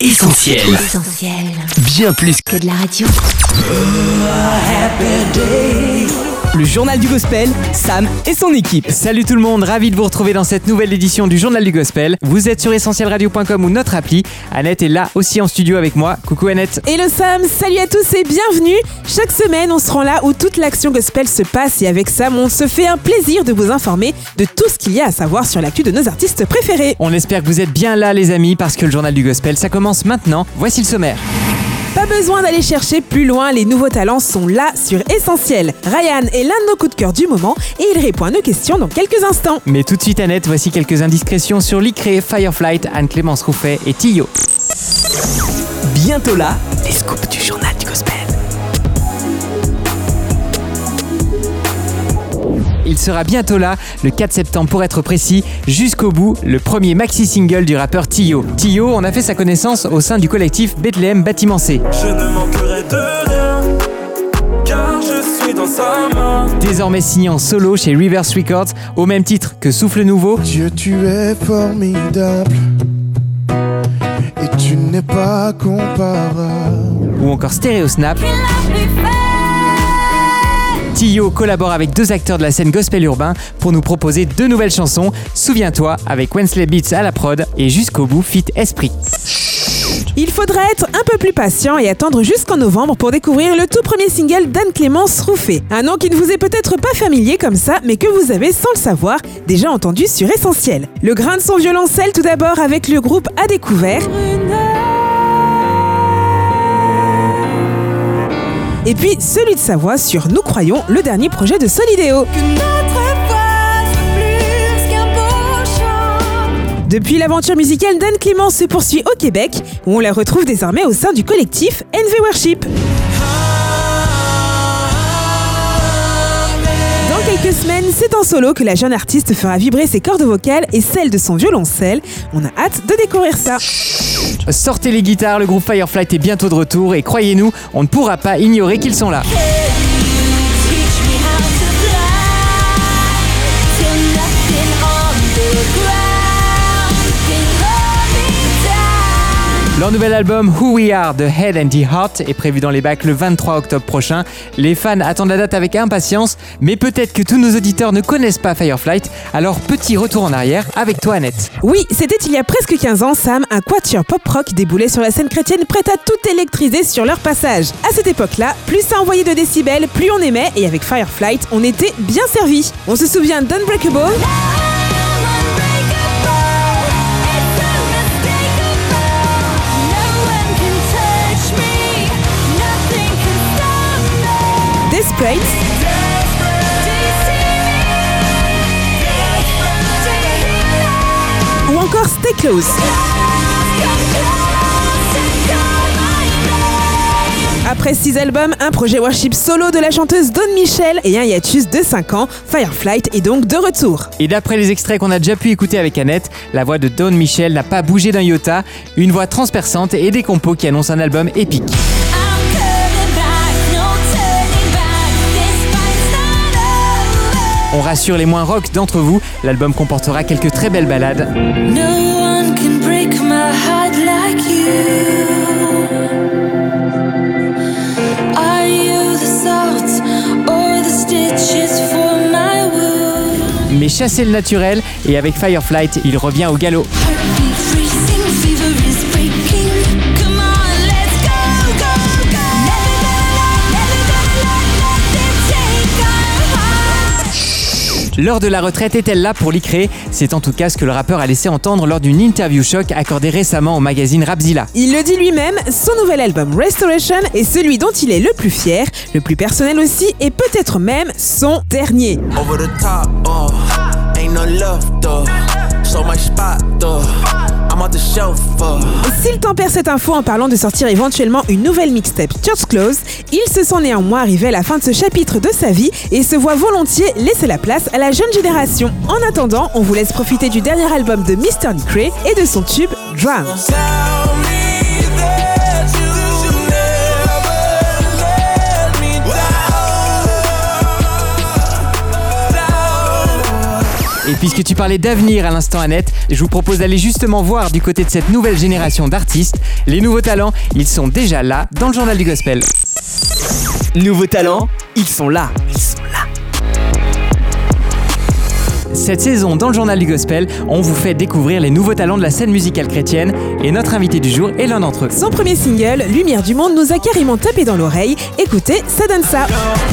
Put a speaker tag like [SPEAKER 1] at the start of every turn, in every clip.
[SPEAKER 1] Essentiel. Bien plus
[SPEAKER 2] que de la radio.
[SPEAKER 3] Le journal du gospel, Sam et son équipe.
[SPEAKER 4] Salut tout le monde, ravi de vous retrouver dans cette nouvelle édition du journal du gospel. Vous êtes sur essentielradio.com ou notre appli. Annette est là aussi en studio avec moi. Coucou Annette.
[SPEAKER 5] Hello Sam, salut à tous et bienvenue. Chaque semaine, on se rend là où toute l'action gospel se passe et avec Sam, on se fait un plaisir de vous informer de tout ce qu'il y a à savoir sur l'actu de nos artistes préférés.
[SPEAKER 4] On espère que vous êtes bien là les amis parce que le journal du gospel ça commence maintenant. Voici le sommaire.
[SPEAKER 5] Pas besoin d'aller chercher plus loin, les nouveaux talents sont là sur Essentiel. Ryan est l'un de nos coups de cœur du moment et il répond à nos questions dans quelques instants.
[SPEAKER 4] Mais tout de suite Annette, voici quelques indiscrétions sur Licré, Fireflight, Anne-Clémence Rouffet et Tio.
[SPEAKER 3] Bientôt là, les scoops du journal du gospel.
[SPEAKER 4] Il sera bientôt là, le 4 septembre pour être précis, jusqu'au bout, le premier maxi-single du rappeur Tio. Tio, on a fait sa connaissance au sein du collectif Bethléem Bâtiment C.
[SPEAKER 6] Je ne manquerai de rien, car je suis dans sa main.
[SPEAKER 4] Désormais signé en solo chez Rivers Records, au même titre que Souffle Nouveau.
[SPEAKER 7] Dieu, tu es formidable, et tu n'es pas comparable.
[SPEAKER 4] Ou encore Stéréo Snap. Tio collabore avec deux acteurs de la scène gospel urbain pour nous proposer deux nouvelles chansons, Souviens-toi avec Wensley Beats à la prod et Jusqu'au bout feat. Esprit.
[SPEAKER 5] Il faudra être un peu plus patient et attendre jusqu'en novembre pour découvrir le tout premier single d'Anne-Clémence Rouffet. Un nom qui ne vous est peut-être pas familier comme ça, mais que vous avez, sans le savoir, déjà entendu sur Essentiel. Le grain de son violoncelle tout d'abord avec le groupe À Découvert. Et puis celui de sa voix sur Nous Croyons, le dernier projet de Solideo. Depuis l'aventure musicale d'Anne-Clémence se poursuit au Québec, où on la retrouve désormais au sein du collectif NV Worship. Dans quelques semaines, c'est en solo que la jeune artiste fera vibrer ses cordes vocales et celles de son violoncelle. On a hâte de découvrir ça.
[SPEAKER 4] Sortez les guitares, le groupe Fireflight est bientôt de retour et croyez-nous, on ne pourra pas ignorer qu'ils sont là. Leur nouvel album Who We Are, The Head and the Heart est prévu dans les bacs le 23 octobre prochain. Les fans attendent la date avec impatience, mais peut-être que tous nos auditeurs ne connaissent pas Fireflight, alors petit retour en arrière avec toi Annette.
[SPEAKER 5] Oui, c'était il y a presque 15 ans, Sam, un quatuor pop-rock déboulait sur la scène chrétienne prêt à tout électriser sur leur passage. À cette époque-là, plus ça envoyait de décibels, plus on aimait, et avec Fireflight, on était bien servis. On se souvient d'Unbreakable, Desperate, ou encore Stay Close. Après 6 albums, un projet worship solo de la chanteuse Dawn Michel et un hiatus de 5 ans, Fireflight est donc de retour.
[SPEAKER 4] Et d'après les extraits qu'on a déjà pu écouter avec Annette, la voix de Dawn Michel n'a pas bougé d'un iota, une voix transperçante et des compos qui annoncent un album épique. On rassure les moins rock d'entre vous, l'album comportera quelques très belles ballades. Mais chassez le naturel et avec Fireflight, il revient au galop. L'heure de la retraite est-elle là pour Licré ? C'est en tout cas ce que le rappeur a laissé entendre lors d'une interview choc accordée récemment au magazine Rapzilla.
[SPEAKER 5] Il le dit lui-même, son nouvel album Restoration est celui dont il est le plus fier, le plus personnel aussi et peut-être même son dernier.
[SPEAKER 6] Over the top, ain't no love though. So much spot though. I'm on the shelf.
[SPEAKER 5] S'il tempère cette info en parlant de sortir éventuellement une nouvelle mixtape Church Close, il se sent néanmoins arrivé à la fin de ce chapitre de sa vie et se voit volontiers laisser la place à la jeune génération. En attendant, on vous laisse profiter du dernier album de Mr. Licré et de son tube Drown.
[SPEAKER 4] Et puisque tu parlais d'avenir à l'instant Annette, je vous propose d'aller justement voir du côté de cette nouvelle génération d'artistes. Les nouveaux talents, ils sont déjà là dans le journal du gospel.
[SPEAKER 3] Nouveaux talents, ils sont là.
[SPEAKER 4] Cette saison, dans le journal du gospel, on vous fait découvrir les nouveaux talents de la scène musicale chrétienne et notre invité du jour est l'un d'entre eux.
[SPEAKER 5] Son premier single, Lumière du monde, nous a carrément tapé dans l'oreille. Écoutez, ça donne ça.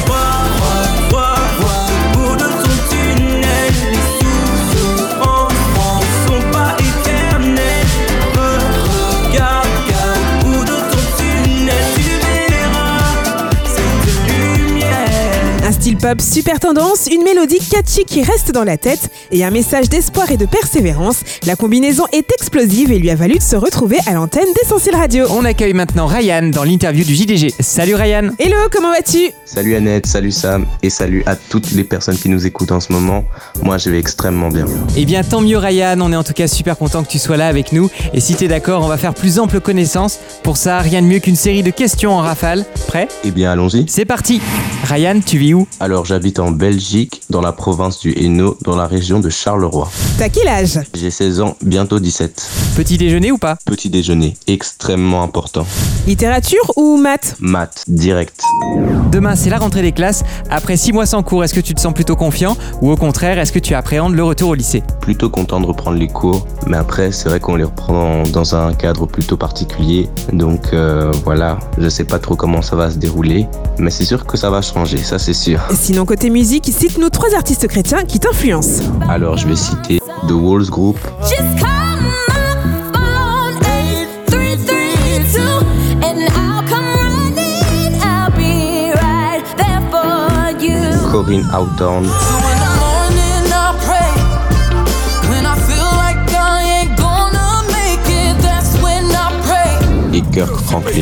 [SPEAKER 5] Un style pop super tendance, une mélodie catchy qui reste dans la tête et un message d'espoir et de persévérance. La combinaison est explosive et lui a valu de se retrouver à l'antenne d'Essentiel Radio.
[SPEAKER 4] On accueille maintenant Ryan dans l'interview du JDG. Salut Ryan.
[SPEAKER 5] Hello, comment vas-tu ?
[SPEAKER 2] Salut Annette, salut Sam et salut à toutes les personnes qui nous écoutent en ce moment. Moi je vais extrêmement bien.
[SPEAKER 4] Eh bien tant mieux Ryan, on est en tout cas super content que tu sois là avec nous. Et si t'es d'accord, on va faire plus ample connaissance. Pour ça, rien de mieux qu'une série de questions en rafale. Prêt ?
[SPEAKER 2] Eh bien allons-y.
[SPEAKER 4] C'est parti. Ryan, tu vis où ?
[SPEAKER 2] Alors j'habite en Belgique, dans la province du Hainaut, dans la région de Charleroi.
[SPEAKER 5] T'as quel âge ?
[SPEAKER 2] J'ai 16 ans, bientôt 17.
[SPEAKER 4] Petit déjeuner ou pas ?
[SPEAKER 2] Petit déjeuner, extrêmement important.
[SPEAKER 5] Littérature ou maths ?
[SPEAKER 2] Maths, direct.
[SPEAKER 4] Demain, c'est la rentrée des classes. Après 6 mois sans cours, est-ce que tu te sens plutôt confiant ? Ou au contraire, est-ce que tu appréhendes le retour au lycée ?
[SPEAKER 2] Plutôt content de reprendre les cours, mais après c'est vrai qu'on les reprend dans un cadre plutôt particulier. Donc voilà, je sais pas trop comment ça va se dérouler, mais c'est sûr que ça va changer, ça c'est sûr.
[SPEAKER 5] Sinon, côté musique, cite-nous 3 artistes chrétiens qui t'influencent.
[SPEAKER 2] Alors je vais citer The Walls Group, Corinne Hawthorne et Kirk Franklin.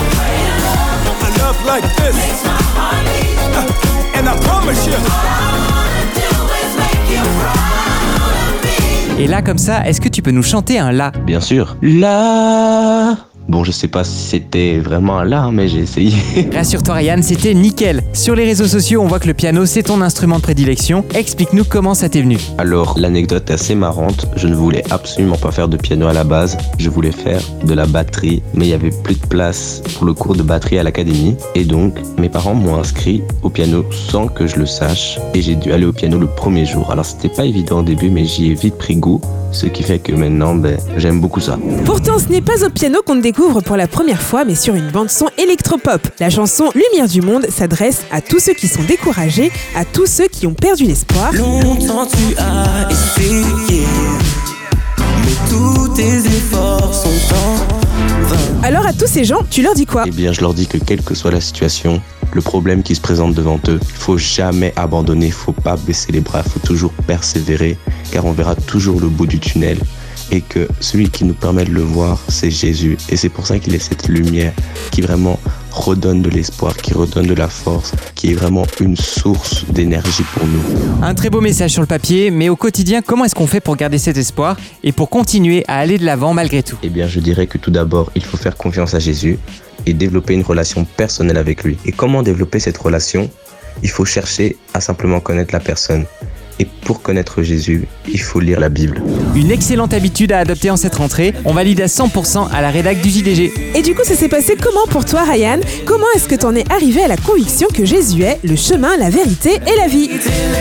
[SPEAKER 4] Et là, comme ça, est-ce que tu peux nous chanter un la ?
[SPEAKER 2] Bien sûr. La. Bon, je sais pas si c'était vraiment un la, mais j'ai essayé.
[SPEAKER 4] Rassure-toi Ryan, c'était nickel. Sur les réseaux sociaux, on voit que le piano, c'est ton instrument de prédilection. Explique-nous comment ça t'est venu.
[SPEAKER 2] Alors, l'anecdote est assez marrante. Je ne voulais absolument pas faire de piano à la base. Je voulais faire de la batterie, mais il y avait plus de place pour le cours de batterie à l'académie. Et donc, mes parents m'ont inscrit au piano sans que je le sache. Et j'ai dû aller au piano le premier jour. Alors, c'était pas évident au début, mais j'y ai vite pris goût. Ce qui fait que maintenant, j'aime beaucoup ça.
[SPEAKER 5] Pourtant, ce n'est pas au piano qu'on te découvre pour la première fois, mais sur une bande-son électropop. La chanson Lumière du monde s'adresse à tous ceux qui sont découragés, à tous ceux qui ont perdu l'espoir.
[SPEAKER 6] Longtemps tu as essayé, mais tous tes efforts sont en vain.
[SPEAKER 5] Alors à tous ces gens, tu leur dis quoi ?
[SPEAKER 2] Eh bien, je leur dis que quelle que soit la situation, le problème qui se présente devant eux, il faut jamais abandonner, il faut pas baisser les bras, il faut toujours persévérer, car on verra toujours le bout du tunnel. Et que celui qui nous permet de le voir, c'est Jésus. Et c'est pour ça qu'il est cette lumière qui vraiment redonne de l'espoir, qui redonne de la force, qui est vraiment une source d'énergie pour nous.
[SPEAKER 4] Un très beau message sur le papier, mais au quotidien, comment est-ce qu'on fait pour garder cet espoir et pour continuer à aller de l'avant malgré tout ?
[SPEAKER 2] Eh bien, je dirais que tout d'abord, il faut faire confiance à Jésus et développer une relation personnelle avec lui. Et comment développer cette relation ? Il faut chercher à simplement connaître la personne. Et pour connaître Jésus, il faut lire la Bible.
[SPEAKER 4] Une excellente habitude à adopter en cette rentrée. On valide à 100% à la rédac du JDG.
[SPEAKER 5] Et du coup, ça s'est passé comment pour toi, Ryan ? Comment est-ce que t'en es arrivé à la conviction que Jésus est le chemin, la vérité et la vie ?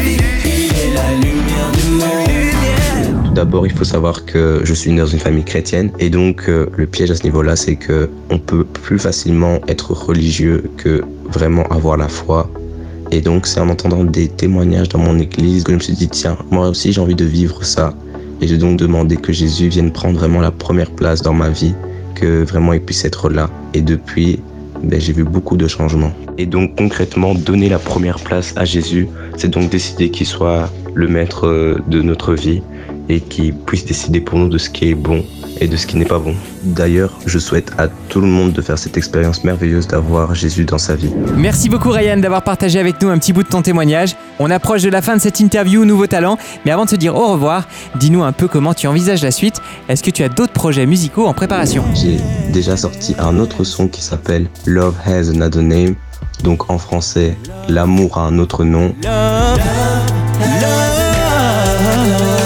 [SPEAKER 2] Tout d'abord, il faut savoir que je suis né dans une famille chrétienne et donc le piège à ce niveau-là, c'est que on peut plus facilement être religieux que vraiment avoir la foi. Et donc, c'est en entendant des témoignages dans mon église que je me suis dit, tiens, moi aussi j'ai envie de vivre ça. Et j'ai donc demandé que Jésus vienne prendre vraiment la première place dans ma vie, que vraiment il puisse être là. Et depuis, j'ai vu beaucoup de changements. Et donc concrètement, donner la première place à Jésus, c'est donc décider qu'il soit le maître de notre vie et qu'il puisse décider pour nous de ce qui est bon et de ce qui n'est pas bon. D'ailleurs, je souhaite à tout le monde de faire cette expérience merveilleuse d'avoir Jésus dans sa vie.
[SPEAKER 4] Merci beaucoup Ryan d'avoir partagé avec nous un petit bout de ton témoignage. On approche de la fin de cette interview Nouveau Talent, mais avant de se dire au revoir, dis-nous un peu comment tu envisages la suite. Est-ce que tu as d'autres projets musicaux en préparation ?
[SPEAKER 2] J'ai déjà sorti un autre son qui s'appelle Love Has Another Name, donc en français, l'amour a un autre nom.
[SPEAKER 6] Love.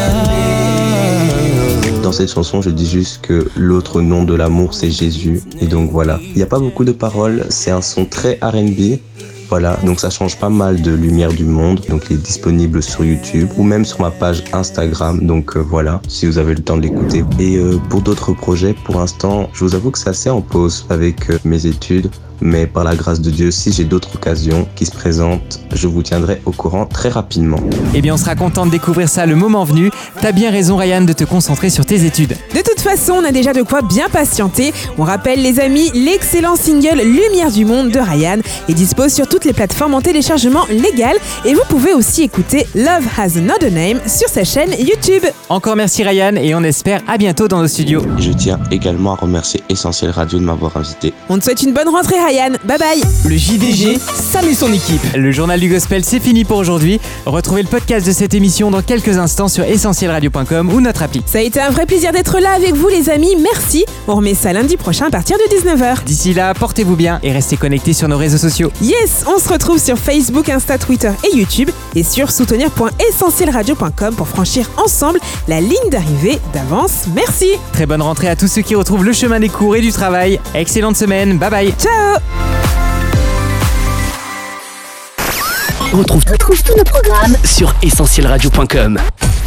[SPEAKER 2] dans cette chanson, je dis juste que l'autre nom de l'amour, c'est Jésus. Et donc voilà. Il n'y a pas beaucoup de paroles. C'est un son très R&B. Voilà, donc ça change pas mal de Lumière du Monde, donc il est disponible sur YouTube ou même sur ma page Instagram, donc voilà, si vous avez le temps de l'écouter. Et pour d'autres projets, pour l'instant, je vous avoue que c'est assez en pause avec mes études, mais par la grâce de Dieu, si j'ai d'autres occasions qui se présentent, je vous tiendrai au courant très rapidement.
[SPEAKER 4] Eh bien, on sera content de découvrir ça le moment venu. T'as bien raison, Ryan, de te concentrer sur tes études.
[SPEAKER 5] De toute façon, on a déjà de quoi bien patienter. On rappelle, les amis, l'excellent single Lumière du Monde de Ryan est dispo sur toutes les plateformes en téléchargement légal. Et vous pouvez aussi écouter Love Has Another Name sur sa chaîne YouTube.
[SPEAKER 4] Encore merci, Ryan, et on espère à bientôt dans nos studios.
[SPEAKER 2] Je tiens également à remercier Essentiel Radio de m'avoir invité.
[SPEAKER 5] On te souhaite une bonne rentrée, Ryan. Bye bye.
[SPEAKER 3] Le JDG, Sam et son équipe.
[SPEAKER 4] Le journal du gospel, c'est fini pour aujourd'hui. Retrouvez le podcast de cette émission dans quelques instants sur essentielradio.com ou notre appli.
[SPEAKER 5] Ça a été un vrai plaisir d'être là avec vous, les amis. Merci. On remet ça lundi prochain à partir de 19h.
[SPEAKER 4] D'ici là, portez-vous bien et restez connectés sur nos réseaux sociaux.
[SPEAKER 5] Yes, on se retrouve sur Facebook, Insta, Twitter et YouTube et sur soutenir.essentielradio.com pour franchir ensemble la ligne d'arrivée d'avance. Merci.
[SPEAKER 4] Très bonne rentrée à tous ceux qui retrouvent le chemin des cours et du travail. Excellente semaine. Bye bye.
[SPEAKER 5] Ciao.
[SPEAKER 1] On retrouve tous nos programmes sur essentielradio.com.